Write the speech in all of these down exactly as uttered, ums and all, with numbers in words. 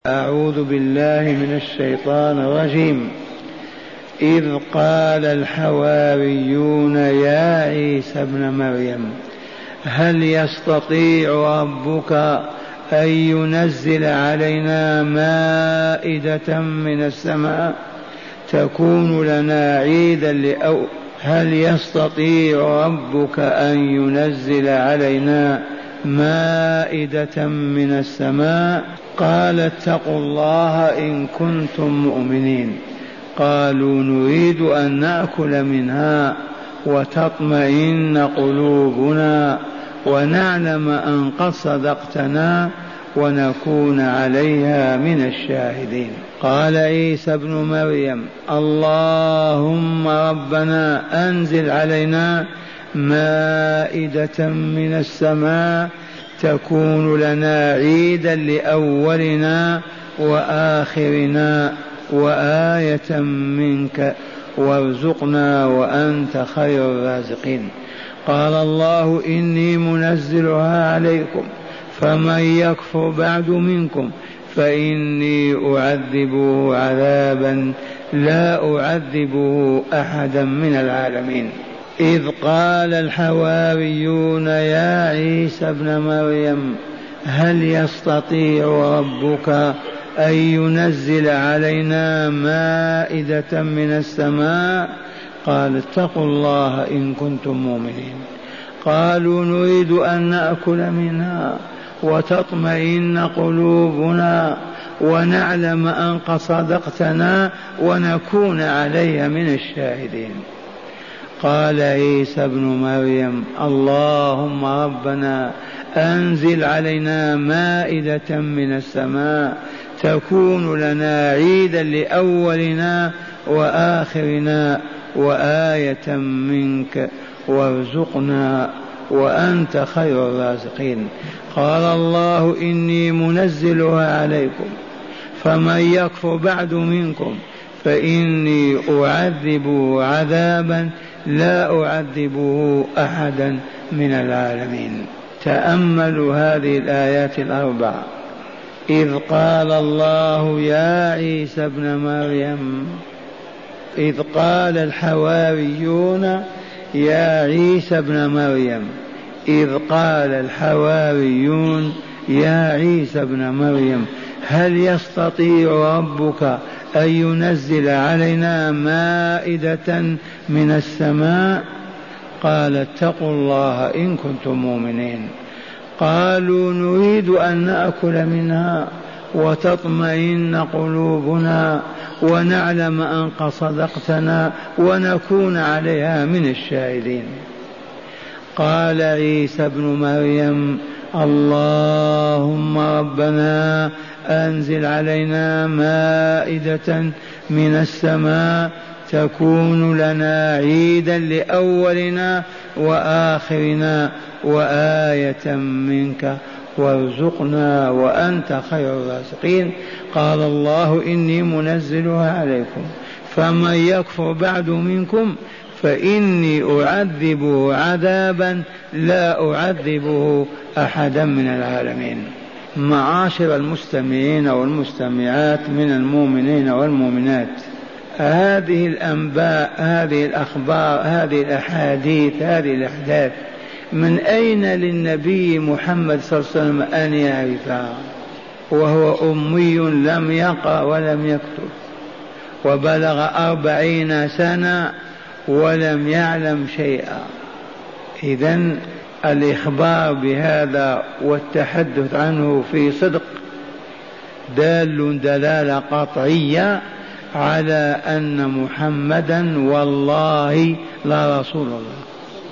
أعوذ بالله من الشيطان الرجيم. إذ قال الحواريون يا عيسى ابن مريم هل يستطيع ربك أن ينزل علينا مائدة من السماء تكون لنا عيدا لأو هل يستطيع ربك أن ينزل علينا مائدة من السماء قال اتقوا الله إن كنتم مؤمنين. قالوا نريد أن نأكل منها وتطمئن قلوبنا ونعلم أن قد صدقتنا ونكون عليها من الشاهدين. قال عيسى ابن مريم اللهم ربنا أنزل علينا مائدة من السماء تكون لنا عيدا لأولنا وآخرنا وآية منك وارزقنا وأنت خير الرازقين. قال الله إني منزلها عليكم فمن يكفر بعد منكم فإني أعذبه عذابا لا أعذبه أحدا من العالمين. إذ قال الحواريون يا عيسى ابن مريم هل يستطيع ربك أن ينزل علينا مائدة من السماء قال اتقوا الله إن كنتم مؤمنين. قالوا نريد أن نأكل منها وتطمئن قلوبنا ونعلم أن قد صدقتنا ونكون عليها من الشاهدين. قال عيسى ابن مريم اللهم ربنا أنزل علينا مائدة من السماء تكون لنا عيدا لأولنا وآخرنا وآية منك وارزقنا وأنت خير الرازقين. قال الله إني منزلها عليكم فمن يكفر بعد منكم فإني أعذبه عذابا لا أعذبه أحدا من العالمين. تأملوا هذه الآيات الأربع. إذ قال الله يا عيسى ابن مريم إذ قال الحواريون يا عيسى ابن مريم إذ قال الحواريون يا عيسى ابن مريم هل يستطيع ربك أن ينزل علينا مائدة من السماء قال اتقوا الله إن كنتم مؤمنين. قالوا نريد أن نأكل منها وتطمئن قلوبنا ونعلم أن قد صدقتنا ونكون عليها من الشاهدين. قال عيسى ابن مريم اللهم ربنا أنزل علينا مائدة من السماء تكون لنا عيدا لأولنا وآخرنا وآية منك وارزقنا وأنت خير الرازقين. قال الله إني منزلها عليكم فمن يكفر بعد منكم فإني أعذبه عذابا لا أعذبه أحدا من العالمين. معاشر المستمعين والمستمعات من المؤمنين والمؤمنات، هذه الأنباء هذه الأخبار هذه الأحاديث هذه الأحداث من أين للنبي محمد صلى الله عليه وسلم أن يعرفها وهو أمي لم يقرأ ولم يكتب وبلغ أربعين سنة ولم يعلم شيئا؟ إذن الإخبار بهذا والتحدث عنه في صدق دال دلالة قطعية على أن محمدا والله لرسول الله.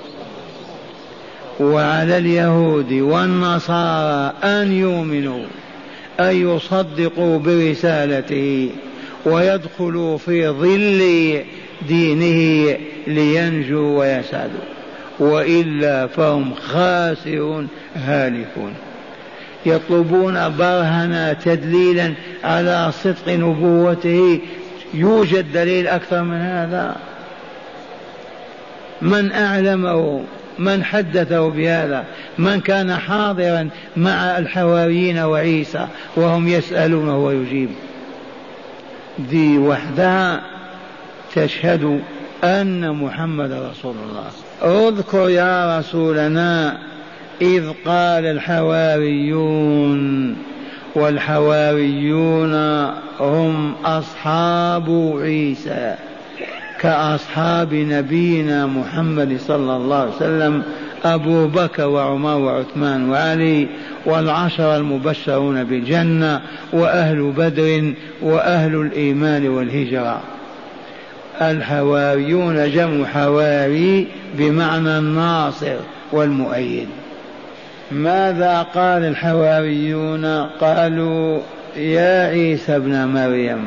وعلى اليهود والنصارى أن يؤمنوا أن يصدقوا برسالته ويدخلوا في ظل دينه لينجوا ويسعدوا، وإلا فهم خاسرون هالكون. يطلبون برهنا تدليلا على صدق نبوته، يوجد دليل أكثر من هذا؟ من أعلمه من حدثه بهذا؟ من كان حاضرا مع الحواريين وعيسى وهم يسألونه ويجيب؟ ذي وحدها تشهد أن محمد رسول الله. اذكر يا رسولنا إذ قال الحواريون، والحواريون هم أصحاب عيسى كأصحاب نبينا محمد صلى الله عليه وسلم، أبو بكر وعمر وعثمان وعلي والعشر المبشرون بالجنة وأهل بدر وأهل الإيمان والهجرة. الحواريون جمع حواري بمعنى الناصر والمؤيد. ماذا قال الحواريون؟ قالوا يا عيسى ابن مريم،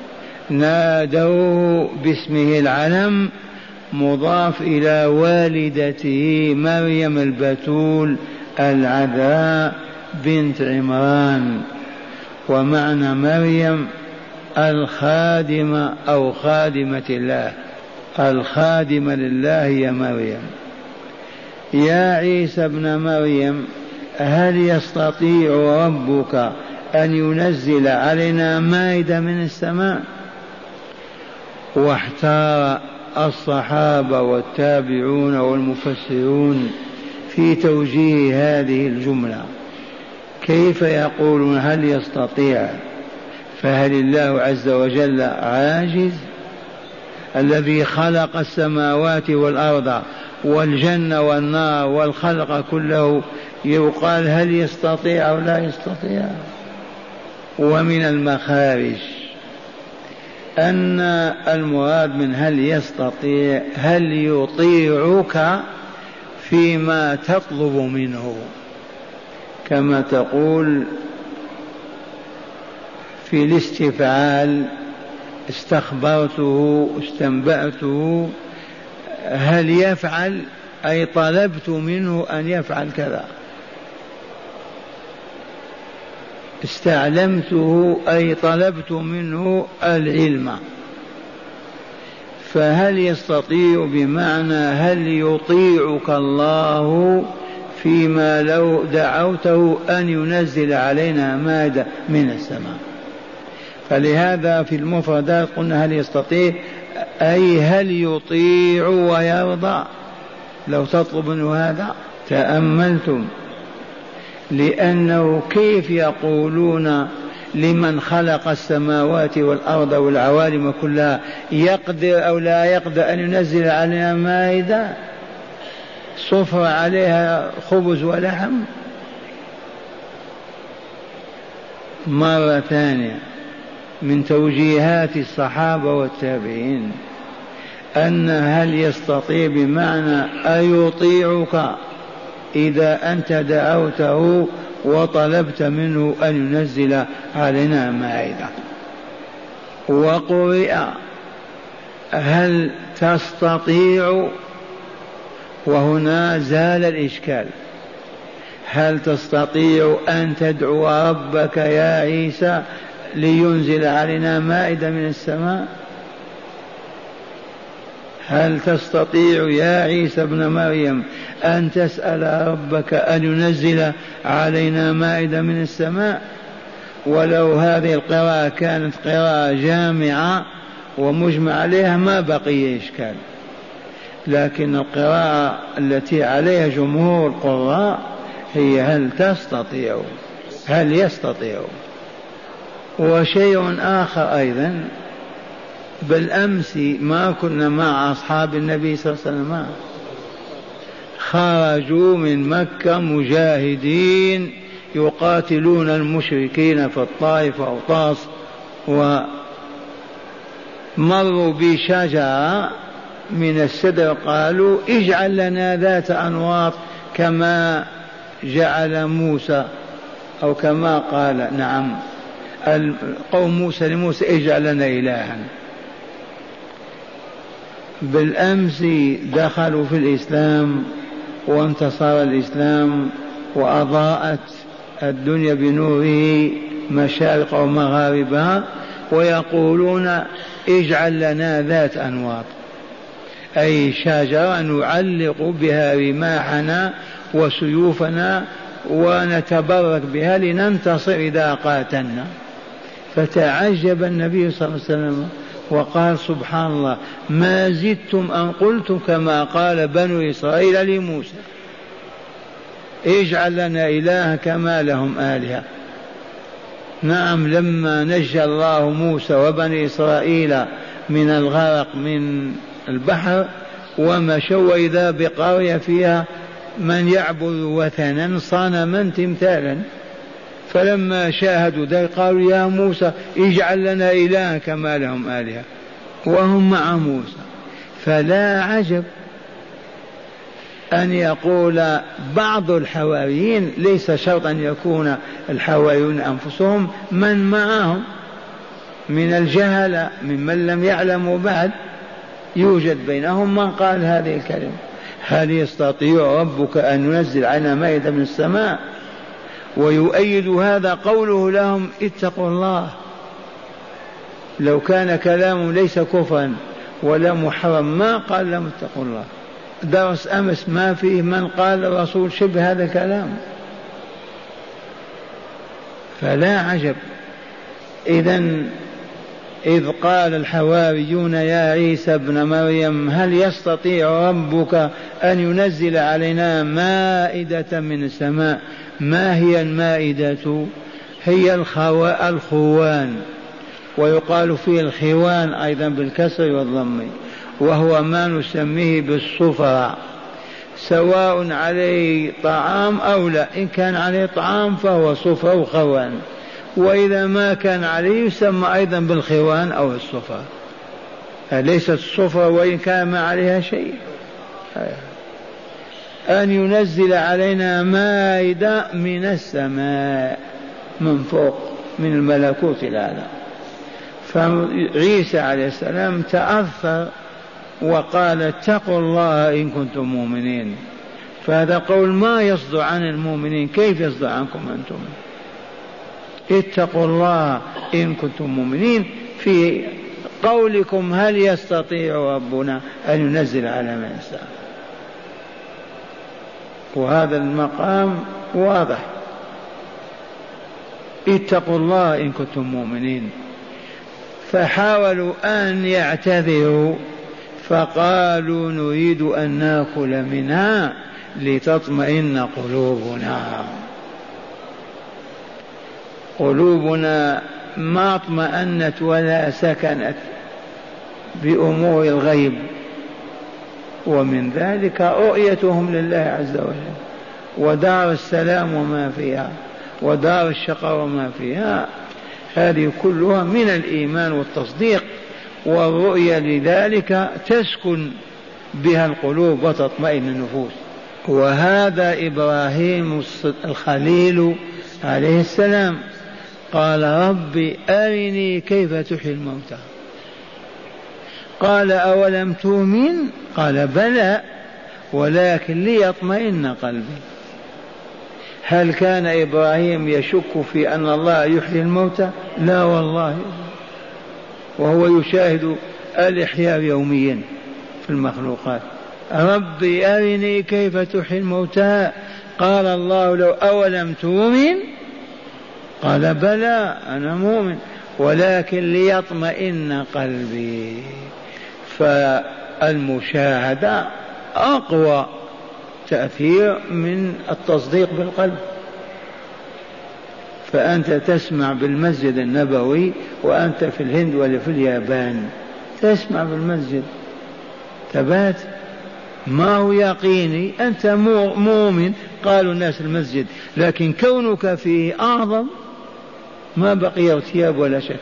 نادوه باسمه العلم مضاف إلى والدته مريم البتول العذراء بنت عمران، ومعنى مريم الخادمة أو خادمة الله، الخادمة لله يا مريم. يا عيسى ابن مريم، هل يستطيع ربك أن ينزل علينا مائدة من السماء؟ واحتار الصحابة والتابعون والمفسرون في توجيه هذه الجملة، كيف يقولون هل يستطيع؟ فهل الله عز وجل عاجز؟ الذي خلق السماوات والأرض والجنة والنار والخلق كله يقال هل يستطيع أو لا يستطيع؟ ومن المخارج أن المراد من هل يستطيع هل يطيعك فيما تطلب منه، كما تقول في الاستفعال استخبرته استنبأته، هل يفعل؟ أي طلبت منه أن يفعل كذا. استعلمته أي طلبت منه العلم. فهل يستطيع بمعنى هل يطيعك الله فيما لو دعوته أن ينزل علينا مادة من السماء. فلهذا في المفردات قلنا هل يستطيع أي هل يطيع ويرضى لو تطلب منه هذا. تأملتم؟ لأنه كيف يقولون لمن خلق السماوات والأرض والعوالم كلها يقدر أو لا يقدر أن ينزل علينا مائدة صفر عليها خبز ولحم؟ مرة ثانية من توجيهات الصحابة والتابعين أن هل يستطيع بمعنى أيطيعك إذا أنت دعوته وطلبت منه أن ينزل علينا مائدة. وقرئ هل تستطيع، وهنا زال الإشكال، هل تستطيع أن تدعو ربك يا عيسى لينزل علينا مائدة من السماء؟ هل تستطيع يا عيسى ابن مريم أن تسأل ربك أن ينزل علينا مائدة من السماء؟ ولو هذه القراءة كانت قراءة جامعة ومجمع عليها ما بقي إشكال، لكن القراءة التي عليها جمهور القراء هي هل تستطيع، هل يستطيع. وشيء آخر أيضا، بالأمس ما كنا مع أصحاب النبي صلى الله عليه وسلم خرجوا من مكة مجاهدين يقاتلون المشركين في الطائف أو طاس، ومروا بشجرة من السدر قالوا اجعل لنا ذات أنواط كما جعل موسى أو كما قال نعم قوم موسى لموسى اجعل لنا إلها. بالأمس دخلوا في الإسلام وانتصر الإسلام وأضاءت الدنيا بنوره مشارق ومغاربها، ويقولون اجعل لنا ذات أنواط. أي شجرة نعلق بها رماحنا وسيوفنا ونتبرك بها لننتصر إذا قاتلنا. فتعجب النبي صلى الله عليه وسلم وقال سبحان الله ما زدتم أن قلتم كما قال بنو إسرائيل لموسى اجعل لنا إلها كما لهم آلهة. نعم لما نجى الله موسى وبني إسرائيل من الغرق من البحر ومشوا إذا بقرية فيها من يعبد وثنا صنما تمثالا، فلما شاهدوا ذلك قالوا يا موسى اجعل لنا إلها كما لهم آلهة وهم مع موسى. فلا عجب أن يقول بعض الحواريين، ليس شرطا أن يكون الحواريون أنفسهم، من معهم من الجهلة ممن لم يعلموا بعد يوجد بينهم من قال هذه الكلمة هل يستطيع ربك أن ينزل علينا مائدة من السماء؟ ويؤيد هذا قوله لهم اتقوا الله. لو كان كلام ليس كفرا ولا محرم ما قال لهم اتقوا الله. درس أمس ما فيه من قال الرسول شبه هذا الكلام. فلا عجب إذن إذ قال الحواريون يا عيسى ابن مريم هل يستطيع ربك أن ينزل علينا مائدة من السماء. ما هي المائدة؟ هي الخوان، ويقال فيه الخوان أيضا بالكسر والضم، وهو ما نسميه بالصفرة، سواء عليه طعام أو لا. إن كان عليه طعام فهو صفرة وخوان، وإذا ما كان عليه يسمى أيضا بالخوان أو الصفرة. ليست الصفرة وإن كان ما عليها شيء. أن ينزل علينا مائدة من السماء من فوق من الملكوت الأعلى. فعيسى عليه السلام تأثر وقال اتقوا الله إن كنتم مؤمنين. فهذا قول ما يصدر عن المؤمنين، كيف يصدر عنكم أنتم؟ اتقوا الله إن كنتم مؤمنين في قولكم هل يستطيع ربنا أن ينزل على من يشاء. وهذا المقام واضح، اتقوا الله إن كنتم مؤمنين. فحاولوا أن يعتذروا فقالوا نريد أن نأكل منها لتطمئن قلوبنا. قلوبنا ما اطمأنت ولا سكنت بأمور الغيب، ومن ذلك رؤيتهم لله عز وجل ودار السلام وما فيها ودار الشقاء وما فيها. هذه كلها من الإيمان والتصديق، والرؤية لذلك تسكن بها القلوب وتطمئن النفوس. وهذا إبراهيم الخليل عليه السلام قال ربي أرني كيف تحيي الموتى. قال أولم تؤمن؟ قال بلى ولكن ليطمئن قلبي. هل كان إبراهيم يشك في أن الله يحيي الموتى؟ لا والله، وهو يشاهد الإحياء يوميا في المخلوقات. ربي أرني كيف تحيي الموتى. قال الله لو أولم تؤمن؟ قال بلى أنا مؤمن ولكن ليطمئن قلبي. فالمشاهدة أقوى تأثير من التصديق بالقلب. فأنت تسمع بالمسجد النبوي وأنت في الهند ولا في اليابان، تسمع بالمسجد ثبات، ما هو يقيني، أنت مؤمن قالوا الناس المسجد، لكن كونك فيه أعظم، ما بقي ارتياب ولا شك.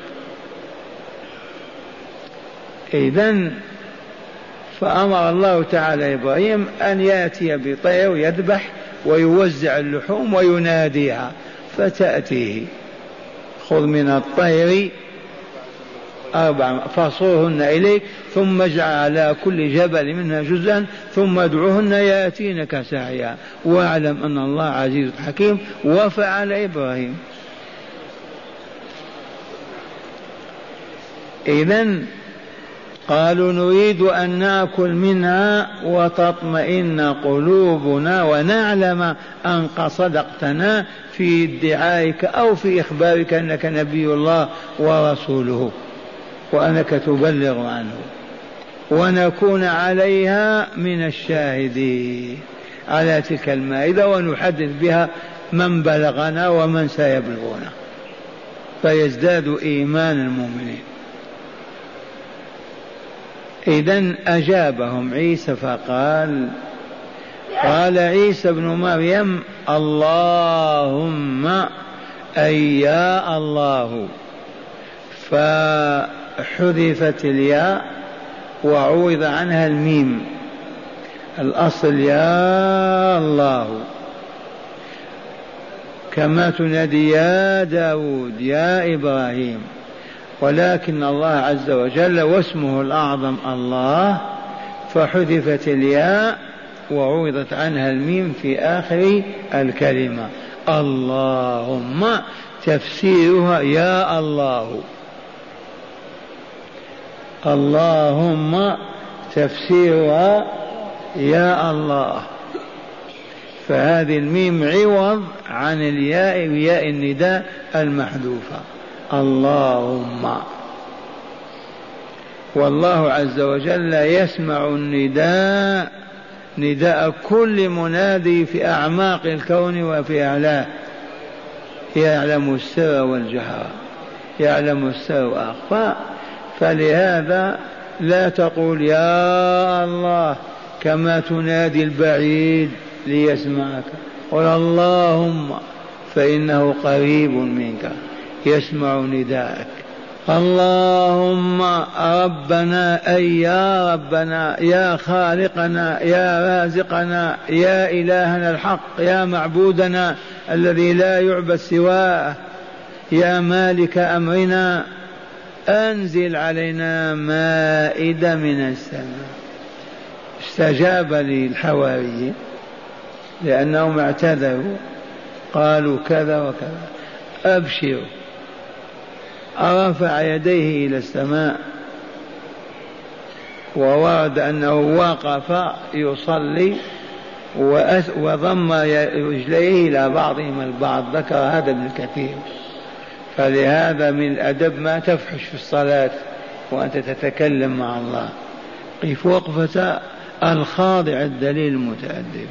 إذن فأمر الله تعالى إبراهيم أن يأتي بطير يذبح ويوزع اللحوم ويناديها فتأتيه. خذ من الطير أربع فصورهن إليك ثم اجعل على كل جبل منها جزءا ثم ادعوهن يأتينك سعيا واعلم أن الله عزيز حكيم. وفعل إبراهيم. إذن قالوا نريد أن نأكل منها وتطمئن قلوبنا ونعلم أن قد صدقتنا في ادعائك أو في إخبارك أنك نبي الله ورسوله وأنك تبلغ عنه، ونكون عليها من الشاهدين على تلك المائدة، ونحدث بها من بلغنا ومن سيبلغنا فيزداد إيمان المؤمنين. إذن أجابهم عيسى فقال قال عيسى بن مريم اللهم أي يا الله، فحذفت الياء وعوض عنها الميم، الأصل يا الله، كما تنادي يا داود يا إبراهيم، ولكن الله عز وجل واسمه الأعظم الله، فحذفت الياء وعوضت عنها الميم في آخر الكلمة. اللهم تفسيرها يا الله، اللهم تفسيرها يا الله، فهذه الميم عوض عن الياء وياء النداء المحذوفة اللهم. والله عز وجل يسمع النداء، نداء كل منادي في أعماق الكون وفي أعلاه، يعلم السر والجهر، يعلم السر وأخفى، فلهذا لا تقول يا الله كما تنادي البعيد ليسمعك، قل اللهم فإنه قريب منك يسمع نداءك. اللهم ربنا أي يا ربنا يا خالقنا يا رازقنا يا إلهنا الحق يا معبودنا الذي لا يعبد سواه يا مالك أمرنا، أنزل علينا مائدة من السماء. استجاب للحواريين لأنهم اعتذروا قالوا كذا وكذا، أبشروا. رفع يديه إلى السماء وورد أنه وقف يصلي وضم رجليه إلى بعضهم البعض، ذكر هذا ابن كثير. فلهذا من الأدب ما تفحش في الصلاة وأنت تتكلم مع الله، قف وقفة الخاضع الدليل المتأدب.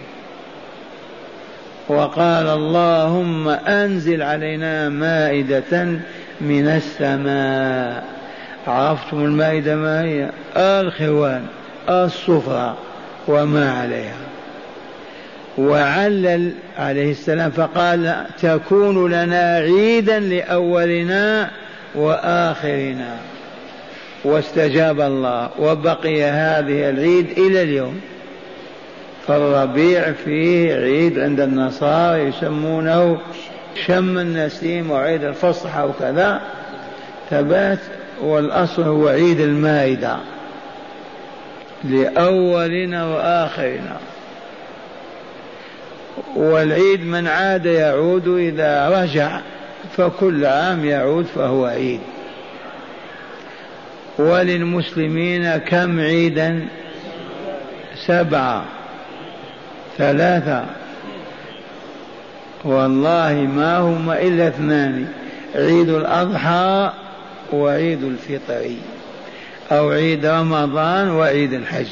وقال اللهم أنزل علينا مائدة من السماء. عرفتم المائدة ما هي؟ الخوان الصفرة وما عليها. وعلل عليه السلام فقال تكون لنا عيدا لأولنا وآخرنا، واستجاب الله وبقي هذه العيد إلى اليوم. فالربيع فيه عيد عند النصارى يسمونه شم النسيم وعيد الفصح وكذا ثبات، والأصل هو عيد المائدة لأولنا وآخرنا. والعيد من عاد يعود، إذا رجع فكل عام يعود فهو عيد. وللمسلمين كم عيدا؟ سبعة، ثلاثة، والله ما هما إلا اثنان، عيد الأضحى وعيد الفطر، أو عيد رمضان وعيد الحج،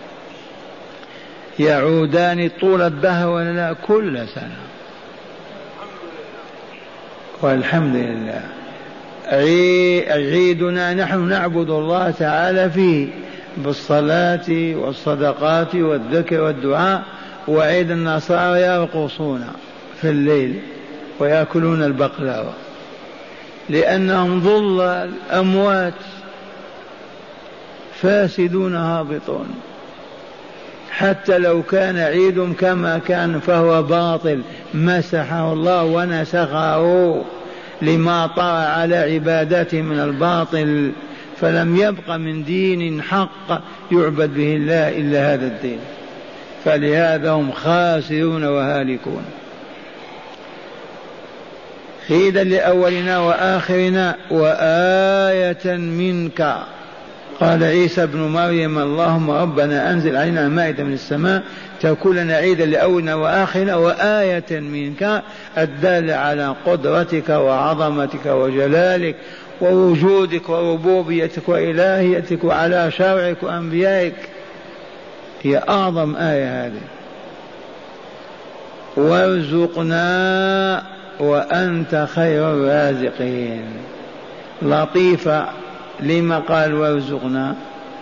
يعودان طول الدهر ولا لا؟ كل سنة، والحمد لله. عيدنا نحن نعبد الله تعالى فيه بالصلاة والصدقات والذكر والدعاء، وعيد النصارى يرقصون في الليل ويأكلون البقلاوة لأنهم ضلال أموات فاسدون هابطون. حتى لو كان عيد كما كان فهو باطل، مسحه الله ونسخه لما طرأ على عباداته من الباطل، فلم يبق من دين حق يعبد به الله إلا هذا الدين. فلهذا هم خاسرون وهالكون. عيدا لأولنا وآخرنا وآية منك، قال عيسى ابن مريم اللهم ربنا أنزل علينا مائدة من السماء تكون لنا عيدا لأولنا وآخرنا وآية منك الدالة على قدرتك وعظمتك وجلالك ووجودك وربوبيتك وإلهيتك وعلى شرعك وأنبيائك. هي أعظم آية هذه. وارزقنا وأنت خير الرازقين. لطيفة. لما قال وارزقنا؟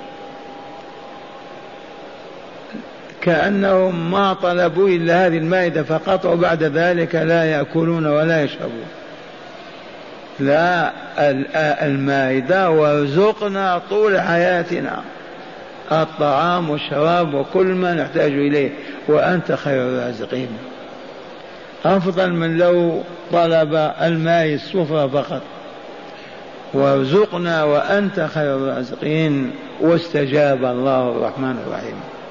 كأنهم ما طلبوا إلا هذه المائدة فقط وبعد ذلك لا يأكلون ولا يشربون. لا، المائدة وارزقنا طول حياتنا الطعام والشراب وكل ما نحتاج إليه وأنت خير الرازقين. أفضل من لو طلب الماء السفرة فقط. وارزقنا وأنت خير الرازقين. واستجاب الله الرحمن الرحيم.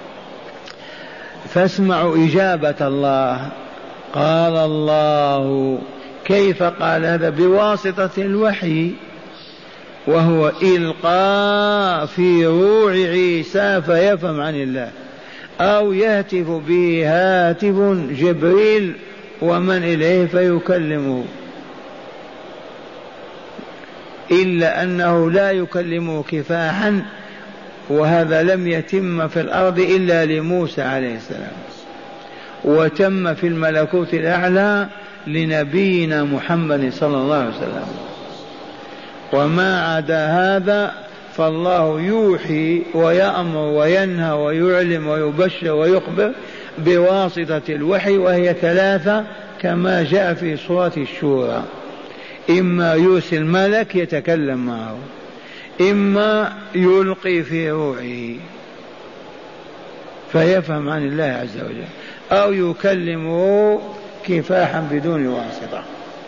فاسمعوا إجابة الله. قال الله. كيف قال هذا؟ بواسطة الوحي، وهو إلقاء في روع عيسى فيفهم عن الله، أو يهتف به هاتف جبريل ومن إليه فيكلمه، إلا أنه لا يكلمه كفاحا، وهذا لم يتم في الأرض إلا لموسى عليه السلام، وتم في الملكوت الأعلى لنبينا محمد صلى الله عليه وسلم. وما عدا هذا فالله يوحي ويأمر وينهى ويعلم ويبشر ويخبر بواسطة الوحي، وهي ثلاثة كما جاء في سورة الشورى: إما يرسل ملك يتكلم معه، إما يلقي في روعه فيفهم عن الله عز وجل، أو يكلمه كفاحا بدون واسطة.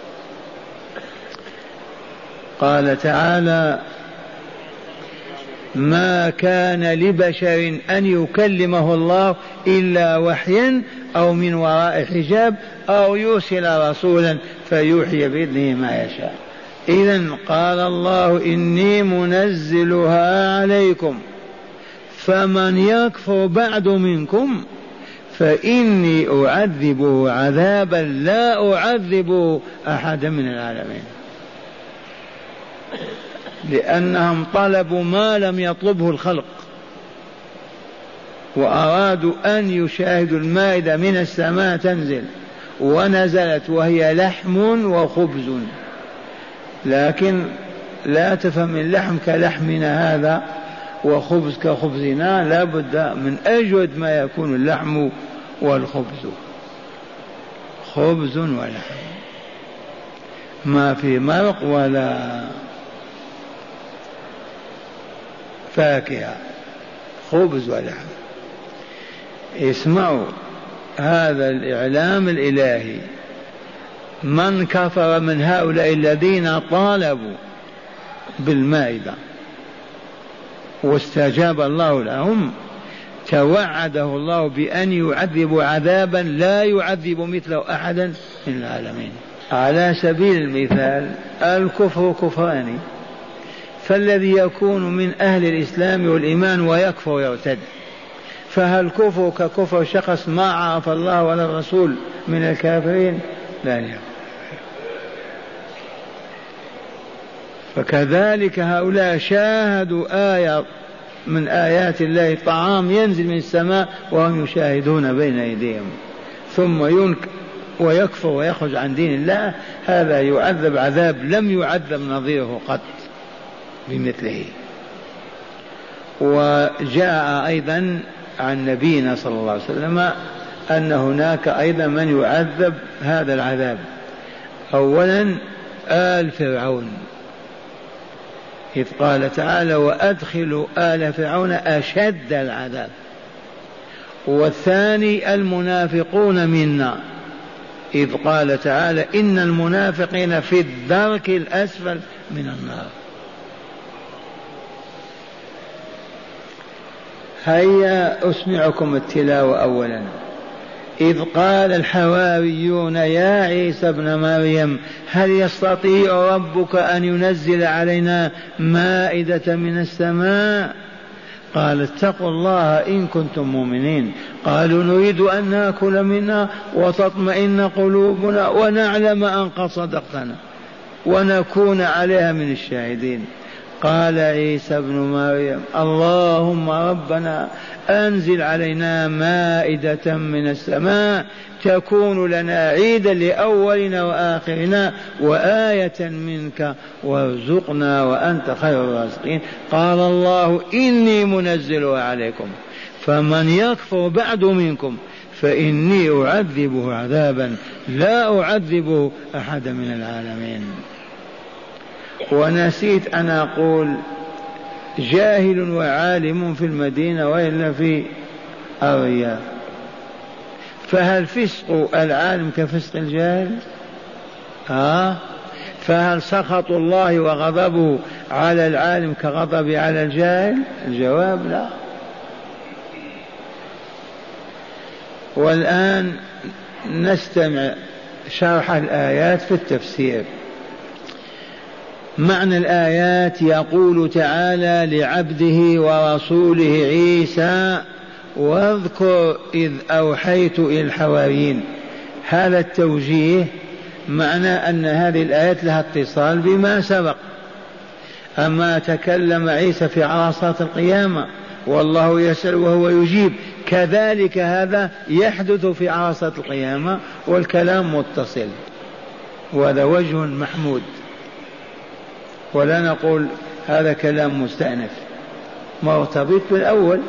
قال تعالى: ما كان لبشر أن يكلمه الله إلا وحيا أو من وراء حجاب أو يرسل رسولا فيوحي بإذنه ما يشاء. إذن قال الله: إني منزلها عليكم فمن يكفر بعد منكم فإني أعذبه عذابا لا أعذبه أحدا من العالمين. لأنهم طلبوا ما لم يطلبه الخلق، وأرادوا أن يشاهدوا المائدة من السماء تنزل، ونزلت وهي لحم وخبز، لكن لا تفهم اللحم كلحمنا هذا وخبز كخبزنا، لا بد من أجود ما يكون اللحم والخبز. خبز ولحم، ما في مرق ولا فاكهة، خبز ولحم. اسمعوا هذا الإعلام الإلهي. من كفر من هؤلاء الذين طالبوا بالمائدة واستجاب الله لهم، توعده الله بأن يعذب عذابا لا يعذب مثله أحدا من العالمين. على سبيل المثال الكفر كفران، فالذي يكون من أهل الإسلام والإيمان ويكفر يرتد، فهل كفر ككفر شخص ما عرف الله ولا الرسول من الكافرين؟ لا يعرف. فكذلك هؤلاء شاهدوا آية من آيات الله، طعام ينزل من السماء وهم يشاهدون بين أيديهم، ثم ينك ويكفر ويخرج عن دين الله، هذا يعذب عذاب لم يعذب نظيره قط بمثله. وجاء أيضا عن نبينا صلى الله عليه وسلم أن هناك أيضا من يعذب هذا العذاب. أولا آل فرعون، إذ قال تعالى: وأدخلوا آل فرعون أشد العذاب. والثاني المنافقون منا، إذ قال تعالى: إن المنافقين في الدرك الأسفل من النار. هيا أسمعكم التلاوة أولا. إذ قال الحواريون يا عيسى ابن مريم هل يستطيع ربك أن ينزل علينا مائدة من السماء؟ قال اتقوا الله إن كنتم مؤمنين. قالوا نريد أن نأكل منها وتطمئن قلوبنا ونعلم أن قد صدقتنا ونكون عليها من الشاهدين. قال عيسى ابن مريم اللهم ربنا أنزل علينا مائدة من السماء تكون لنا عيدا لأولنا وآخرنا وآية منك وارزقنا وأنت خير الرازقين. قال الله إني منزلها عليكم فمن يكفر بعد منكم فإني أعذبه عذابا لا أعذبه أحد من العالمين. ونسيت أن أقول جاهل وعالم في المدينة وإلا في الرياض، فهل فسق العالم كفسق الجاهل؟ ها؟ فهل سخط الله وغضبه على العالم كغضب على الجاهل؟ الجواب لا. والآن نستمع شرح الآيات في التفسير. معنى الآيات يقول تعالى لعبده ورسوله عيسى واذكر إذ أوحيت إلى الحواريين. هذا التوجيه معنى أن هذه الآيات لها اتصال بما سبق. أما تكلم عيسى في عرصات القيامة والله يسأل وهو يجيب، كذلك هذا يحدث في عرصات القيامة والكلام متصل، وهذا وجه محمود، ولا نقول هذا كلام مستأنف مرتبط بالأول.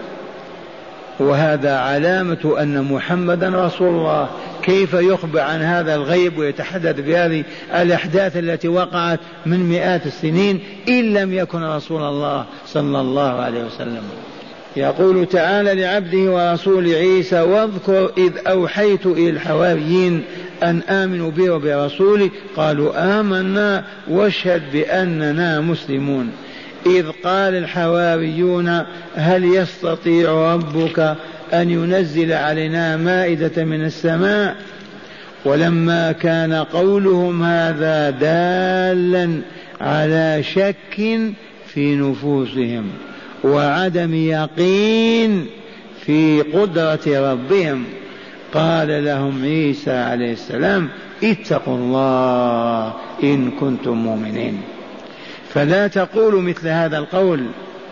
وهذا علامة أن محمدا رسول الله. كيف يخبر عن هذا الغيب ويتحدث بهذه الأحداث التي وقعت من مئات السنين إن لم يكن رسول الله صلى الله عليه وسلم؟ يقول تعالى لعبده ورسول عيسى واذكر إذ أوحيت إلى الحواريين أن آمنوا بي وبرسولي قالوا آمنا واشهد بأننا مسلمون. إذ قال الحواريون هل يستطيع ربك أن ينزل علينا مائدة من السماء؟ ولما كان قولهم هذا دالا على شك في نفوسهم وعدم يقين في قدرة ربهم قال لهم عيسى عليه السلام اتقوا الله إن كنتم مؤمنين. فلا تقولوا مثل هذا القول،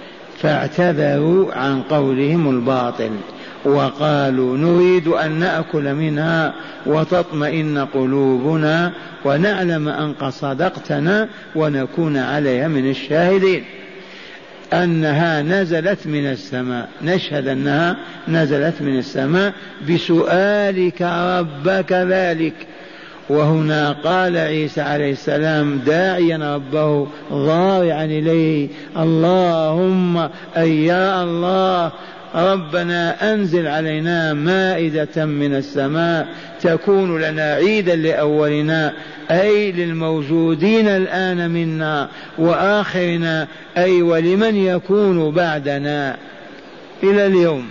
فاعتذروا عن قولهم الباطل وقالوا نريد أن نأكل منها وتطمئن قلوبنا ونعلم أن قد صدقتنا ونكون عليها من الشاهدين. أنها نزلت من السماء، نشهد أنها نزلت من السماء بسؤالك ربك ذلك. وهنا قال عيسى عليه السلام داعيا ربه ضارعا إليه اللهم أي يا الله ربنا أنزل علينا مائدة من السماء تكون لنا عيدا لأولنا أي للموجودين الآن منا وآخرنا أي ولمن يكون بعدنا إلى اليوم،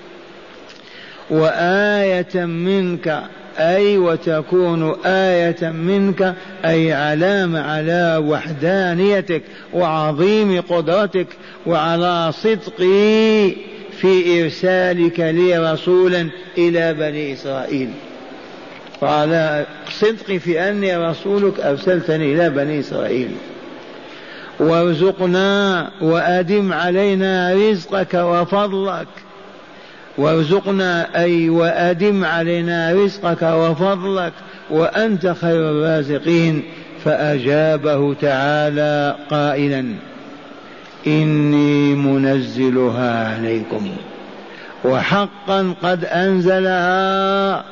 وآية منك أي وتكون آية منك أي علامة على وحدانيتك وعظيم قدرتك وعلى صدقي في إرسالك لي رسولا إلى بني إسرائيل، وعلى صدقي في أني رسولك أرسلتني إلى بني إسرائيل. وارزقنا وأدم علينا رزقك وفضلك، وارزقنا أي وأدم علينا رزقك وفضلك وأنت خير الرازقين. فأجابه تعالى قائلا إني منزلها عليكم وحقا قد أنزلها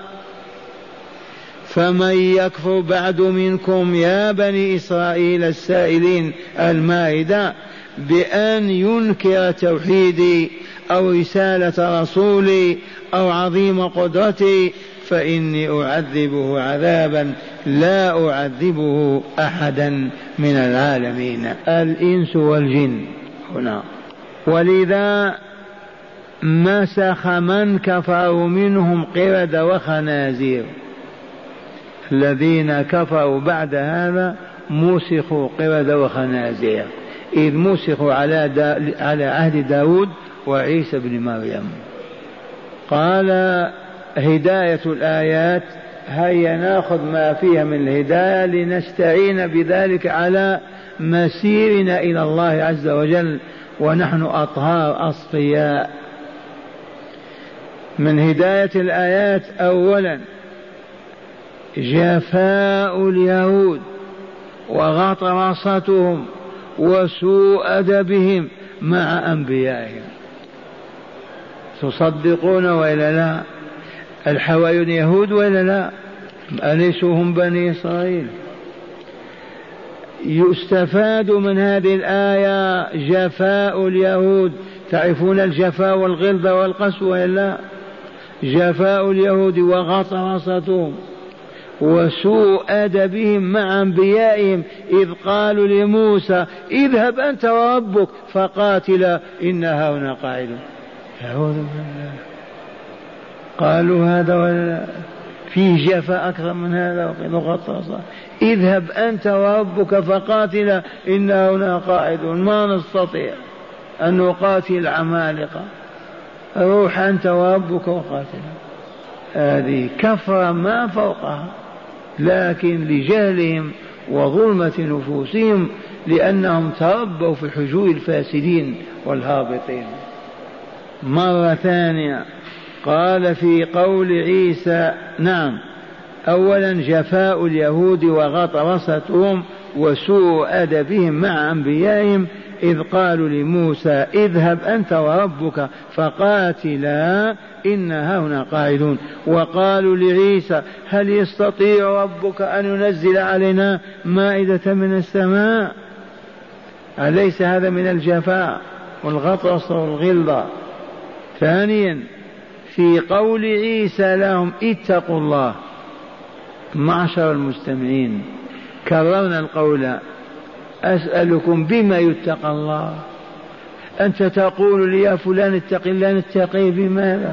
فمن يكفر بعد منكم يا بني إسرائيل السائلين المائدة بأن ينكر توحيدي أو رسالة رسولي أو عظيم قدرتي فإني أعذبه عذابا لا أعذبه أحدا من العالمين الإنس والجن هنا. ولذا مسخ من كفروا منهم قردة وخنازير. الذين كفروا بعد هذا مسخوا قردة وخنازير، إذ مسخوا على, دا على عهد داود وعيسى بن مريم. قال هداية الآيات، هيا ناخذ ما فيها من الهداية لنستعين بذلك على مسيرنا إلى الله عز وجل ونحن أطهار أصفياء. من هداية الآيات أولا جفاء اليهود وغطرستهم وسوء أدبهم مع أنبيائهم. تصدقون وإلا لا؟ الحواريون يهود وإلا لا؟ أليسوا هم بني إسرائيل؟ يستفاد من هذه الآية جفاء اليهود. تعرفون الجفاء والغلظة والقسوة إلا؟ جفاء اليهود وغطرستهم وسوء أدبهم مع أنبيائهم، إذ قالوا لموسى اذهب أنت وربك فقاتلا إنا هنا قاعدون. أعوذ بالله. قالوا هذا ولا في جفاء أكثر من هذا وغطرسة. اذهب أنت وربك فقاتلا إنا هنا قاعدون، ما نستطيع أن نقاتل العمالقة، روح أنت وربك وقاتلا. هذه كفرة ما فوقها، لكن لجهلهم وظلمة نفوسهم، لأنهم تربوا في حجور الفاسدين والهابطين. مرة ثانية قال في قول عيسى، نعم، أولا جفاء اليهود وغطرستهم وسوء أدبهم مع أنبيائهم، إذ قالوا لموسى اذهب أنت وربك فقاتلا إنا هنا قاعدون. وقالوا لعيسى هل يستطيع ربك أن ينزل علينا مائدة من السماء؟ أليس هذا من الجفاء والغطرس والغلظة؟ ثانيا في قول عيسى لهم اتقوا الله. معشر المستمعين، كررنا القول، أسألكم بما يتقى الله؟ أنت تقول لي يا فلان اتق الله، نتقي بماذا؟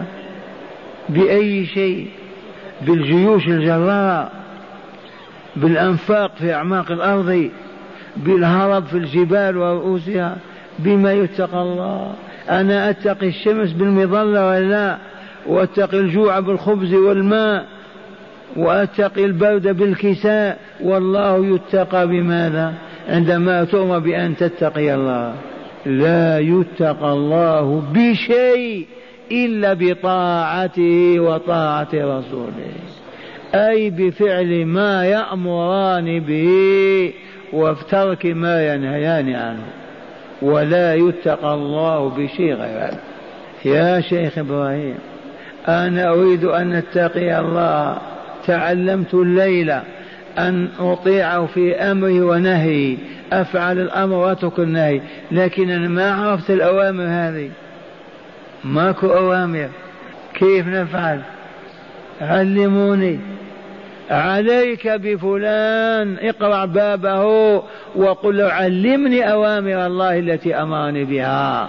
بأي شيء؟ بالجيوش الجراء، بالأنفاق في أعماق الأرض، بالهرب في الجبال ورؤوسها؟ بما يتقى الله؟ أنا أتقي الشمس بالمظلة ولا، وأتقي الجوع بالخبز والماء، وأتقي البرد بالكساء، والله يتقى بماذا عندما تؤمر بأن تتقي الله؟ لا يتقى الله بشيء إلا بطاعته وطاعة رسوله، أي بفعل ما يأمران به وترك ما ينهيان عنه، ولا يتقى الله بشيء غير هذا. يا شيخ إبراهيم، أنا أريد أن نتقي الله، تعلمت الليلة أن أطيعه في أمره ونهيه، أفعل الأمر وأترك النهي، لكن أنا ما عرفت الأوامر هذه، ماكو أوامر، كيف نفعل؟ علموني. عليك بفلان، اقرع بابه وقل له علمني أوامر الله التي أمرني بها،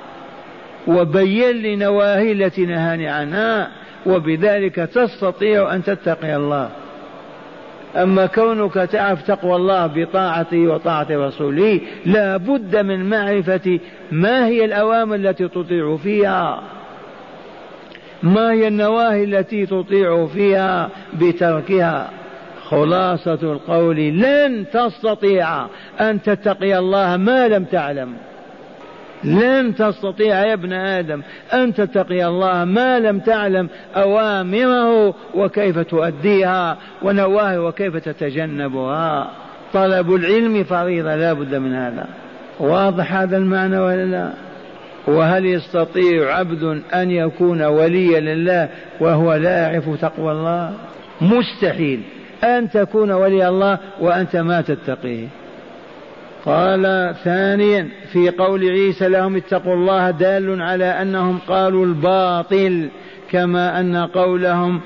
وبين لي نواهي التي نهاني عنها، وبذلك تستطيع أن تتقي الله. أما كونك تعرف تقوى الله بطاعته وطاعة رسوله، لا بد من معرفة ما هي الأوامر التي تطيع فيها، ما هي النواهي التي تطيع فيها بتركها. خلاصة القول لن تستطيع أن تتقي الله ما لم تعلم، لن تستطيع يا ابن آدم أن تتقي الله ما لم تعلم أوامره وكيف تؤديها، ونواهي وكيف تتجنبها. طلب العلم فريضة، لا بد من هذا. واضح هذا المعنى ولا لا؟ وهل يستطيع عبد أن يكون وليا لله وهو لا يعرف تقوى الله؟ مستحيل أن تكون ولي الله وأنت ما تتقيه. قال ثانيا في قول عيسى لهم اتقوا الله دال على أنهم قالوا الباطل، كما أن قولهم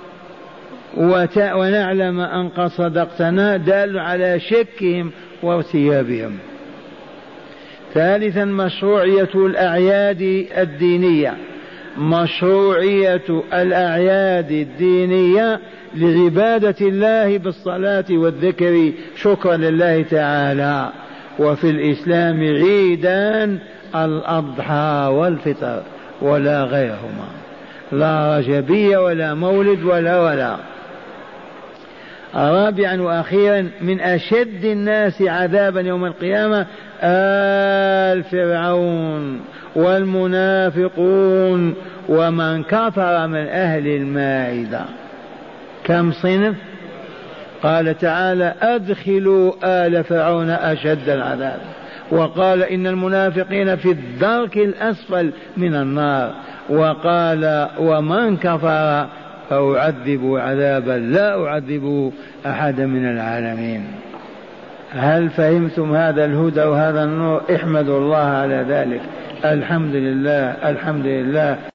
ونعلم أن قد صدقتنا دال على شكهم وارتيابهم. ثالثا مشروعية الأعياد الدينية، مشروعية الأعياد الدينية لعبادة الله بالصلاة والذكر شكرا لله تعالى. وفي الإسلام عيدان، الأضحى والفطر ولا غيرهما، لا رجبية ولا مولد ولا ولا. رابعا وأخيرا من أشد الناس عذابا يوم القيامة آل فرعون والمنافقون ومن كفر من أهل المائدة. كم صنف؟ قال تعالى أدخلوا آل فرعون أشد العذاب، وقال إن المنافقين في الدرك الأسفل من النار، وقال ومن كفر فأعذب عذابا لا أعذب أحدا من العالمين. هل فهمتم هذا الهدى وهذا النور؟ احمدوا الله على ذلك. الحمد لله الحمد لله.